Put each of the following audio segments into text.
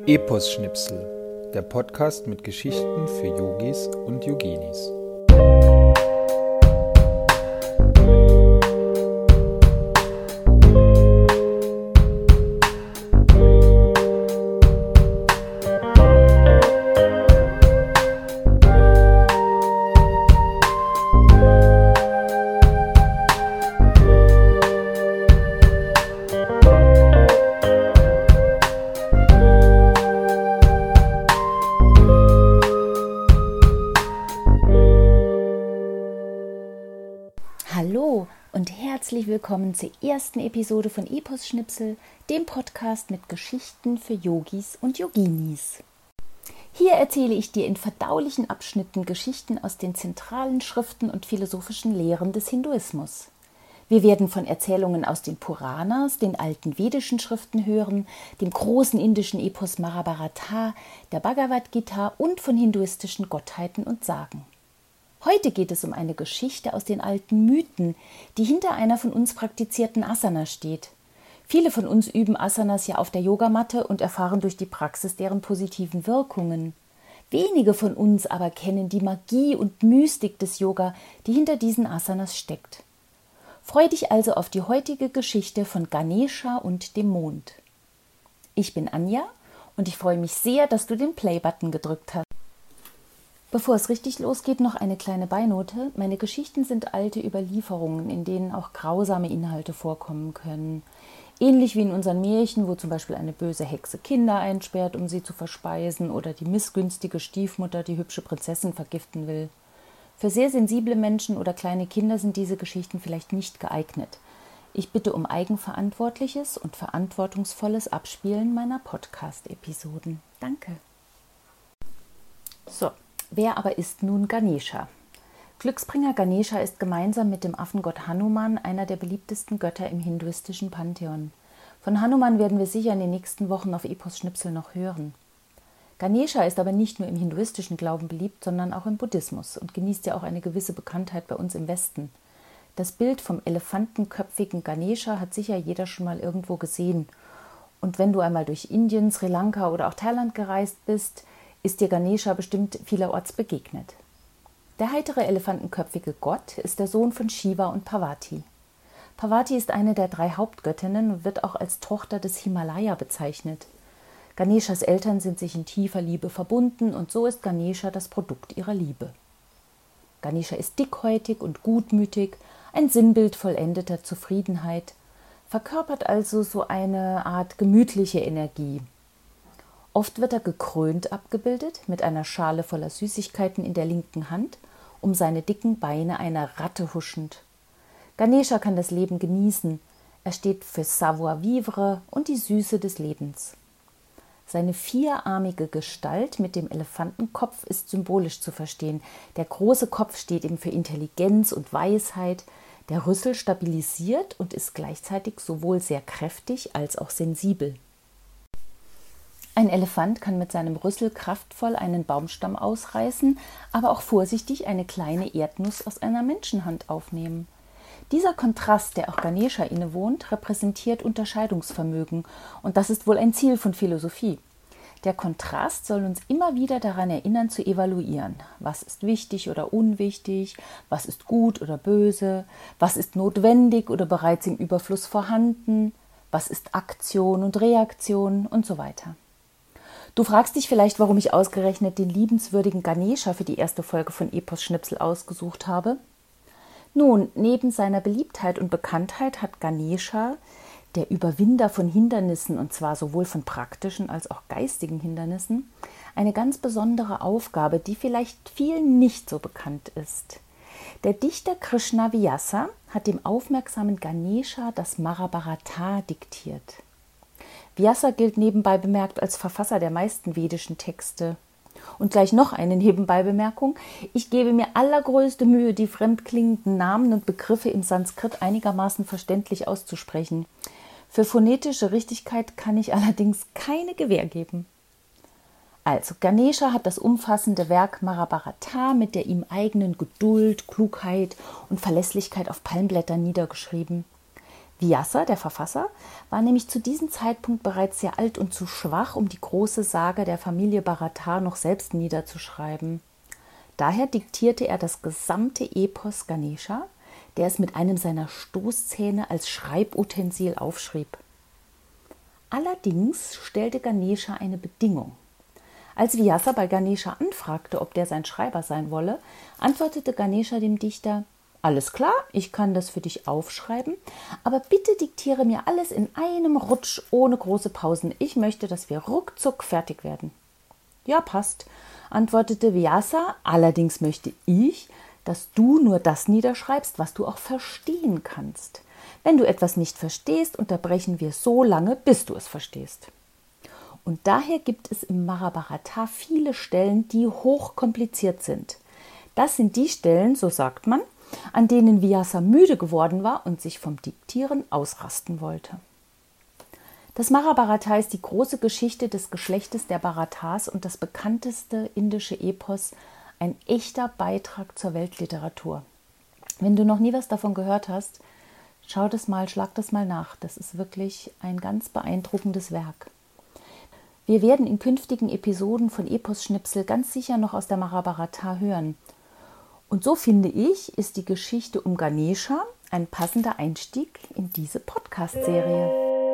Epos-Schnipsel, der Podcast mit Geschichten für Yogis und Yoginis. Hallo und herzlich willkommen zur ersten Episode von Epos-Schnipsel, dem Podcast mit Geschichten für Yogis und Yoginis. Hier erzähle ich dir in verdaulichen Abschnitten Geschichten aus den zentralen Schriften und philosophischen Lehren des Hinduismus. Wir werden von Erzählungen aus den Puranas, den alten vedischen Schriften hören, dem großen indischen Epos Mahabharata, der Bhagavad Gita und von hinduistischen Gottheiten und Sagen. Heute geht es um eine Geschichte aus den alten Mythen, die hinter einer von uns praktizierten Asana steht. Viele von uns üben Asanas ja auf der Yogamatte und erfahren durch die Praxis deren positiven Wirkungen. Wenige von uns aber kennen die Magie und Mystik des Yoga, die hinter diesen Asanas steckt. Freu dich also auf die heutige Geschichte von Ganesha und dem Mond. Ich bin Anja und ich freue mich sehr, dass du den Play-Button gedrückt hast. Bevor es richtig losgeht, noch eine kleine Beinote. Meine Geschichten sind alte Überlieferungen, in denen auch grausame Inhalte vorkommen können. Ähnlich wie in unseren Märchen, wo zum Beispiel eine böse Hexe Kinder einsperrt, um sie zu verspeisen, oder die missgünstige Stiefmutter die hübsche Prinzessin vergiften will. Für sehr sensible Menschen oder kleine Kinder sind diese Geschichten vielleicht nicht geeignet. Ich bitte um eigenverantwortliches und verantwortungsvolles Abspielen meiner Podcast-Episoden. Danke. So. Wer aber ist nun Ganesha? Glücksbringer Ganesha ist gemeinsam mit dem Affengott Hanuman einer der beliebtesten Götter im hinduistischen Pantheon. Von Hanuman werden wir sicher in den nächsten Wochen auf Epos-Schnipsel noch hören. Ganesha ist aber nicht nur im hinduistischen Glauben beliebt, sondern auch im Buddhismus und genießt ja auch eine gewisse Bekanntheit bei uns im Westen. Das Bild vom elefantenköpfigen Ganesha hat sicher jeder schon mal irgendwo gesehen. Und wenn du einmal durch Indien, Sri Lanka oder auch Thailand gereist bist, ist dir Ganesha bestimmt vielerorts begegnet. Der heitere elefantenköpfige Gott ist der Sohn von Shiva und Parvati. Parvati ist eine der 3 Hauptgöttinnen und wird auch als Tochter des Himalaya bezeichnet. Ganeshas Eltern sind sich in tiefer Liebe verbunden und so ist Ganesha das Produkt ihrer Liebe. Ganesha ist dickhäutig und gutmütig, ein Sinnbild vollendeter Zufriedenheit, verkörpert also so eine Art gemütliche Energie. Oft wird er gekrönt abgebildet, mit einer Schale voller Süßigkeiten in der linken Hand, um seine dicken Beine einer Ratte huschend. Ganesha kann das Leben genießen, er steht für Savoir-vivre und die Süße des Lebens. Seine 4-armige Gestalt mit dem Elefantenkopf ist symbolisch zu verstehen. Der große Kopf steht eben für Intelligenz und Weisheit, der Rüssel stabilisiert und ist gleichzeitig sowohl sehr kräftig als auch sensibel. Ein Elefant kann mit seinem Rüssel kraftvoll einen Baumstamm ausreißen, aber auch vorsichtig eine kleine Erdnuss aus einer Menschenhand aufnehmen. Dieser Kontrast, der auch Ganesha innewohnt, repräsentiert Unterscheidungsvermögen und das ist wohl ein Ziel von Philosophie. Der Kontrast soll uns immer wieder daran erinnern zu evaluieren. Was ist wichtig oder unwichtig? Was ist gut oder böse? Was ist notwendig oder bereits im Überfluss vorhanden? Was ist Aktion und Reaktion und so weiter. Du fragst dich vielleicht, warum ich ausgerechnet den liebenswürdigen Ganesha für die erste Folge von Epos-Schnipsel ausgesucht habe. Nun, neben seiner Beliebtheit und Bekanntheit hat Ganesha, der Überwinder von Hindernissen, und zwar sowohl von praktischen als auch geistigen Hindernissen, eine ganz besondere Aufgabe, die vielleicht vielen nicht so bekannt ist. Der Dichter Krishna Vyasa hat dem aufmerksamen Ganesha das Mahabharata diktiert. Vyasa gilt nebenbei bemerkt als Verfasser der meisten vedischen Texte. Und gleich noch eine Nebenbeibemerkung. Ich gebe mir allergrößte Mühe, die fremdklingenden Namen und Begriffe im Sanskrit einigermaßen verständlich auszusprechen. Für phonetische Richtigkeit kann ich allerdings keine Gewähr geben. Also, Ganesha hat das umfassende Werk Mahabharata mit der ihm eigenen Geduld, Klugheit und Verlässlichkeit auf Palmblättern niedergeschrieben. Vyasa, der Verfasser, war nämlich zu diesem Zeitpunkt bereits sehr alt und zu schwach, um die große Sage der Familie Bharata noch selbst niederzuschreiben. Daher diktierte er das gesamte Epos Ganesha, der es mit einem seiner Stoßzähne als Schreibutensil aufschrieb. Allerdings stellte Ganesha eine Bedingung. Als Vyasa bei Ganesha anfragte, ob der sein Schreiber sein wolle, antwortete Ganesha dem Dichter: Alles klar, ich kann das für dich aufschreiben, aber bitte diktiere mir alles in einem Rutsch ohne große Pausen. Ich möchte, dass wir ruckzuck fertig werden. Ja, passt, antwortete Vyasa, allerdings möchte ich, dass du nur das niederschreibst, was du auch verstehen kannst. Wenn du etwas nicht verstehst, unterbrechen wir so lange, bis du es verstehst. Und daher gibt es im Mahabharata viele Stellen, die hochkompliziert sind. Das sind die Stellen, so sagt man, an denen Vyasa müde geworden war und sich vom Diktieren ausrasten wollte. Das Mahabharata ist die große Geschichte des Geschlechtes der Bharatas und das bekannteste indische Epos, ein echter Beitrag zur Weltliteratur. Wenn du noch nie was davon gehört hast, schau das mal, schlag das mal nach. Das ist wirklich ein ganz beeindruckendes Werk. Wir werden in künftigen Episoden von Epos-Schnipsel ganz sicher noch aus der Mahabharata hören. Und so finde ich, ist die Geschichte um Ganesha ein passender Einstieg in diese Podcast-Serie.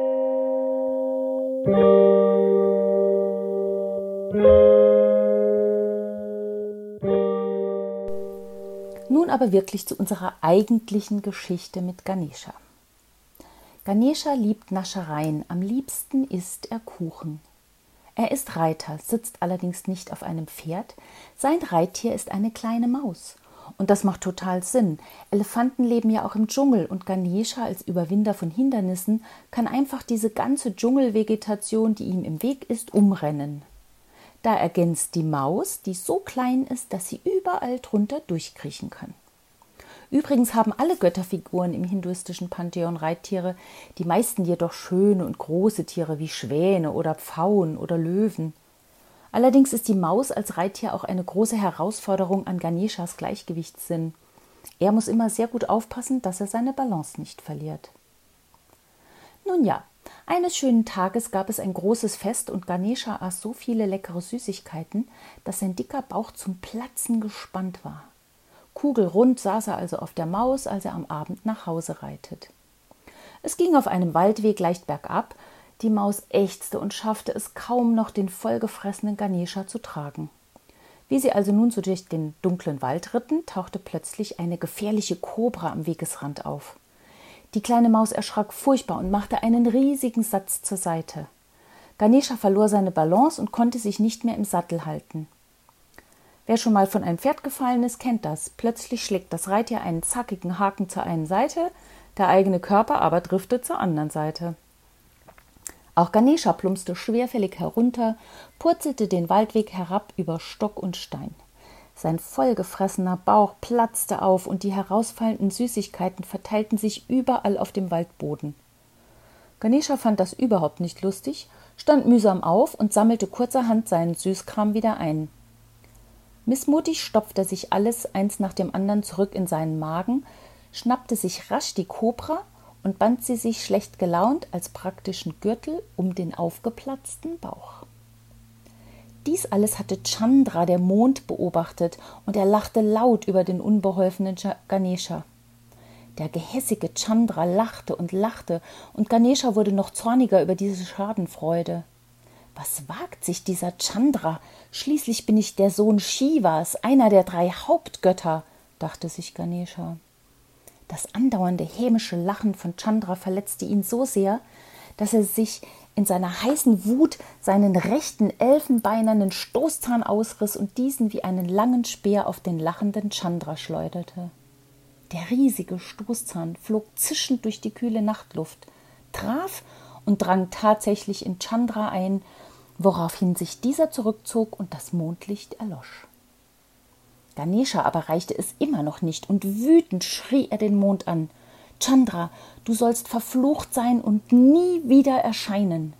Nun aber wirklich zu unserer eigentlichen Geschichte mit Ganesha. Ganesha liebt Naschereien, am liebsten isst er Kuchen. Er ist Reiter, sitzt allerdings nicht auf einem Pferd, sein Reittier ist eine kleine Maus. Und das macht total Sinn. Elefanten leben ja auch im Dschungel und Ganesha als Überwinder von Hindernissen kann einfach diese ganze Dschungelvegetation, die ihm im Weg ist, umrennen. Da ergänzt die Maus, die so klein ist, dass sie überall drunter durchkriechen kann. Übrigens haben alle Götterfiguren im hinduistischen Pantheon Reittiere, die meisten jedoch schöne und große Tiere wie Schwäne oder Pfauen oder Löwen. Allerdings ist die Maus als Reittier auch eine große Herausforderung an Ganeshas Gleichgewichtssinn. Er muss immer sehr gut aufpassen, dass er seine Balance nicht verliert. Nun ja, eines schönen Tages gab es ein großes Fest und Ganesha aß so viele leckere Süßigkeiten, dass sein dicker Bauch zum Platzen gespannt war. Kugelrund saß er also auf der Maus, als er am Abend nach Hause reitet. Es ging auf einem Waldweg leicht bergab. Die Maus ächzte und schaffte es kaum noch, den vollgefressenen Ganesha zu tragen. Wie sie also nun so durch den dunklen Wald ritten, tauchte plötzlich eine gefährliche Kobra am Wegesrand auf. Die kleine Maus erschrak furchtbar und machte einen riesigen Satz zur Seite. Ganesha verlor seine Balance und konnte sich nicht mehr im Sattel halten. Wer schon mal von einem Pferd gefallen ist, kennt das. Plötzlich schlägt das Reittier einen zackigen Haken zur einen Seite, der eigene Körper aber driftet zur anderen Seite. Auch Ganesha plumpste schwerfällig herunter, purzelte den Waldweg herab über Stock und Stein. Sein vollgefressener Bauch platzte auf und die herausfallenden Süßigkeiten verteilten sich überall auf dem Waldboden. Ganesha fand das überhaupt nicht lustig, stand mühsam auf und sammelte kurzerhand seinen Süßkram wieder ein. Missmutig stopfte er sich alles eins nach dem anderen zurück in seinen Magen, schnappte sich rasch die Kobra und band sie sich schlecht gelaunt als praktischen Gürtel um den aufgeplatzten Bauch. Dies alles hatte Chandra, der Mond, beobachtet, und er lachte laut über den unbeholfenen Ganesha. Der gehässige Chandra lachte und Ganesha wurde noch zorniger über diese Schadenfreude. Was wagt sich dieser Chandra? Schließlich bin ich der Sohn Shivas, einer der 3 Hauptgötter, dachte sich Ganesha. Das andauernde hämische Lachen von Chandra verletzte ihn so sehr, dass er sich in seiner heißen Wut seinen rechten elfenbeinernen Stoßzahn ausriss und diesen wie einen langen Speer auf den lachenden Chandra schleuderte. Der riesige Stoßzahn flog zischend durch die kühle Nachtluft, traf und drang tatsächlich in Chandra ein, woraufhin sich dieser zurückzog und das Mondlicht erlosch. Ganesha aber reichte es immer noch nicht und wütend schrie er den Mond an: »Chandra, du sollst verflucht sein und nie wieder erscheinen!«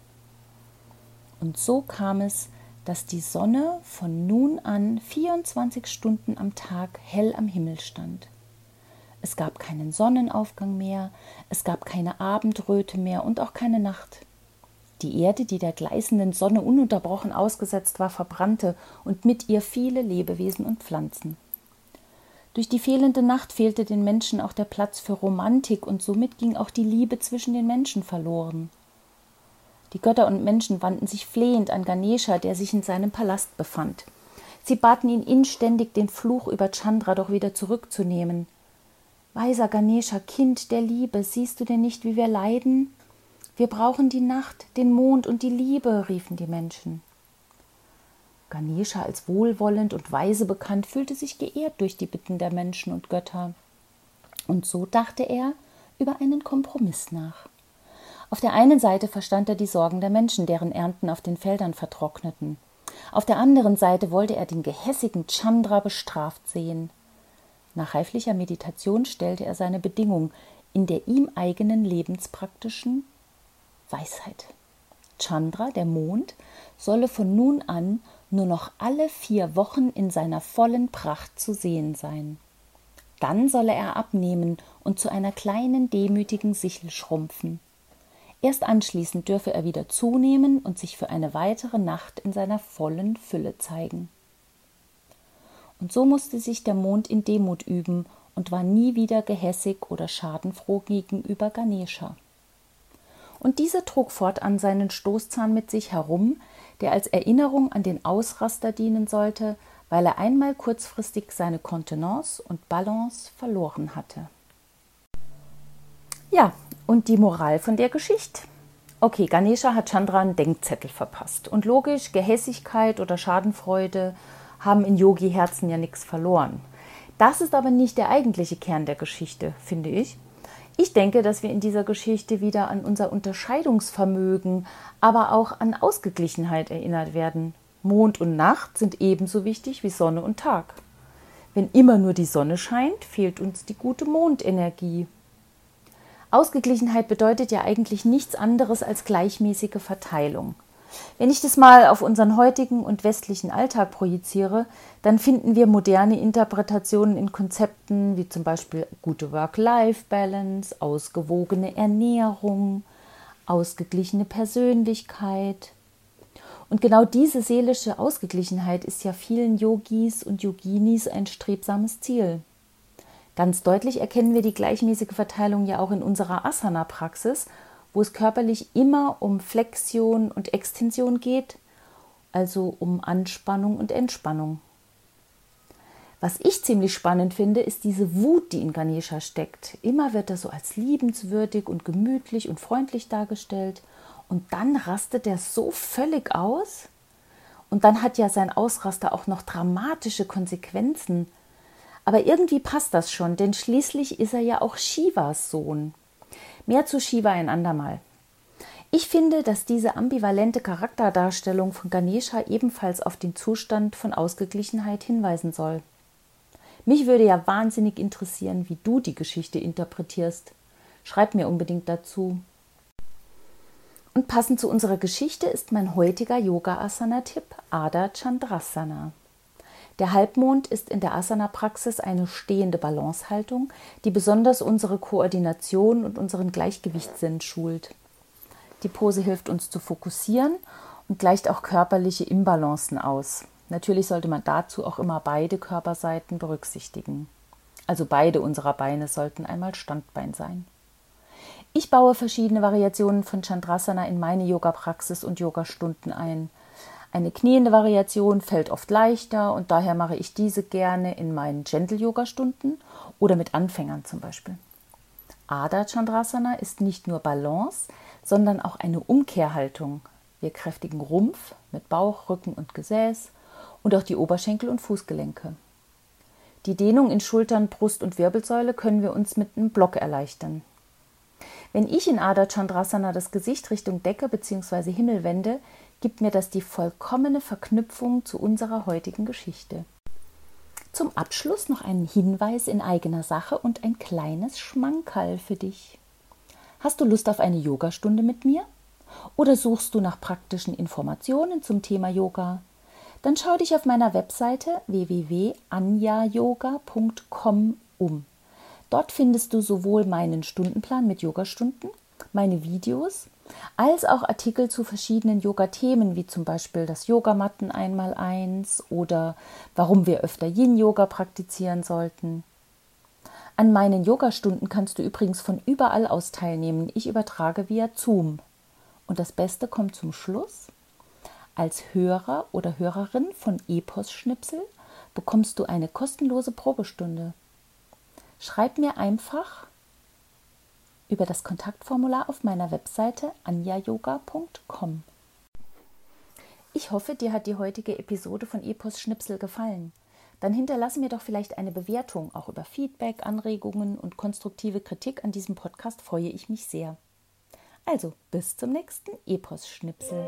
Und so kam es, dass die Sonne von nun an 24 Stunden am Tag hell am Himmel stand. Es gab keinen Sonnenaufgang mehr, es gab keine Abendröte mehr und auch keine Nacht. Die Erde, die der gleißenden Sonne ununterbrochen ausgesetzt war, verbrannte und mit ihr viele Lebewesen und Pflanzen. Durch die fehlende Nacht fehlte den Menschen auch der Platz für Romantik und somit ging auch die Liebe zwischen den Menschen verloren. Die Götter und Menschen wandten sich flehend an Ganesha, der sich in seinem Palast befand. Sie baten ihn inständig, den Fluch über Chandra doch wieder zurückzunehmen. »Weiser Ganesha, Kind der Liebe, siehst du denn nicht, wie wir leiden? Wir brauchen die Nacht, den Mond und die Liebe«, riefen die Menschen. Ganesha, als wohlwollend und weise bekannt, fühlte sich geehrt durch die Bitten der Menschen und Götter. Und so dachte er über einen Kompromiss nach. Auf der einen Seite verstand er die Sorgen der Menschen, deren Ernten auf den Feldern vertrockneten. Auf der anderen Seite wollte er den gehässigen Chandra bestraft sehen. Nach reiflicher Meditation stellte er seine Bedingung in der ihm eigenen lebenspraktischen Weisheit. Chandra, der Mond, solle von nun an nur noch alle 4 Wochen in seiner vollen Pracht zu sehen sein. Dann solle er abnehmen und zu einer kleinen, demütigen Sichel schrumpfen. Erst anschließend dürfe er wieder zunehmen und sich für eine weitere Nacht in seiner vollen Fülle zeigen. Und so musste sich der Mond in Demut üben und war nie wieder gehässig oder schadenfroh gegenüber Ganesha. Und dieser trug fortan seinen Stoßzahn mit sich herum, der als Erinnerung an den Ausraster dienen sollte, weil er einmal kurzfristig seine Kontenance und Balance verloren hatte. Ja, und die Moral von der Geschichte? Okay, Ganesha hat Chandra einen Denkzettel verpasst. Und logisch, Gehässigkeit oder Schadenfreude haben in Yogi-Herzen ja nichts verloren. Das ist aber nicht der eigentliche Kern der Geschichte, finde ich. Ich denke, dass wir in dieser Geschichte wieder an unser Unterscheidungsvermögen, aber auch an Ausgeglichenheit erinnert werden. Mond und Nacht sind ebenso wichtig wie Sonne und Tag. Wenn immer nur die Sonne scheint, fehlt uns die gute Mondenergie. Ausgeglichenheit bedeutet ja eigentlich nichts anderes als gleichmäßige Verteilung. Wenn ich das mal auf unseren heutigen und westlichen Alltag projiziere, dann finden wir moderne Interpretationen in Konzepten wie zum Beispiel gute Work-Life-Balance, ausgewogene Ernährung, ausgeglichene Persönlichkeit. Und genau diese seelische Ausgeglichenheit ist ja vielen Yogis und Yoginis ein strebsames Ziel. Ganz deutlich erkennen wir die gleichmäßige Verteilung ja auch in unserer Asana-Praxis, wo es körperlich immer um Flexion und Extension geht, also um Anspannung und Entspannung. Was ich ziemlich spannend finde, ist diese Wut, die in Ganesha steckt. Immer wird er so als liebenswürdig und gemütlich und freundlich dargestellt und dann rastet er so völlig aus. Und dann hat ja sein Ausraster auch noch dramatische Konsequenzen. Aber irgendwie passt das schon, denn schließlich ist er ja auch Shivas Sohn. Mehr zu Shiva ein andermal. Ich finde, dass diese ambivalente Charakterdarstellung von Ganesha ebenfalls auf den Zustand von Ausgeglichenheit hinweisen soll. Mich würde ja wahnsinnig interessieren, wie du die Geschichte interpretierst. Schreib mir unbedingt dazu. Und passend zu unserer Geschichte ist mein heutiger Yoga-Asana-Tipp Ardha Chandrasana. Der Halbmond ist in der Asana-Praxis eine stehende Balancehaltung, die besonders unsere Koordination und unseren Gleichgewichtssinn schult. Die Pose hilft uns zu fokussieren und gleicht auch körperliche Imbalancen aus. Natürlich sollte man dazu auch immer beide Körperseiten berücksichtigen. Also beide unserer Beine sollten einmal Standbein sein. Ich baue verschiedene Variationen von Chandrasana in meine Yoga-Praxis und Yogastunden ein. Eine kniende Variation fällt oft leichter und daher mache ich diese gerne in meinen Gentle-Yoga-Stunden oder mit Anfängern zum Beispiel. Ardha Chandrasana ist nicht nur Balance, sondern auch eine Umkehrhaltung. Wir kräftigen Rumpf mit Bauch, Rücken und Gesäß und auch die Oberschenkel und Fußgelenke. Die Dehnung in Schultern, Brust und Wirbelsäule können wir uns mit einem Block erleichtern. Wenn ich in Ardha Chandrasana das Gesicht Richtung Decke bzw. Himmel wende, gibt mir das die vollkommene Verknüpfung zu unserer heutigen Geschichte. Zum Abschluss noch einen Hinweis in eigener Sache und ein kleines Schmankerl für dich. Hast du Lust auf eine Yogastunde mit mir? Oder suchst du nach praktischen Informationen zum Thema Yoga? Dann schau dich auf meiner Webseite www.anjayoga.com um. Dort findest du sowohl meinen Stundenplan mit Yogastunden, meine Videos, als auch Artikel zu verschiedenen Yoga-Themen, wie zum Beispiel das Yogamatten 1x1 oder warum wir öfter Yin-Yoga praktizieren sollten. An meinen Yogastunden kannst du übrigens von überall aus teilnehmen. Ich übertrage via Zoom. Und das Beste kommt zum Schluss. Als Hörer oder Hörerin von Epos-Schnipsel bekommst du eine kostenlose Probestunde. Schreib mir einfach über das Kontaktformular auf meiner Webseite anjayoga.com. Ich hoffe, dir hat die heutige Episode von Epos-Schnipsel gefallen. Dann hinterlasse mir doch vielleicht eine Bewertung. Auch über Feedback, Anregungen und konstruktive Kritik an diesem Podcast freue ich mich sehr. Also, bis zum nächsten Epos-Schnipsel.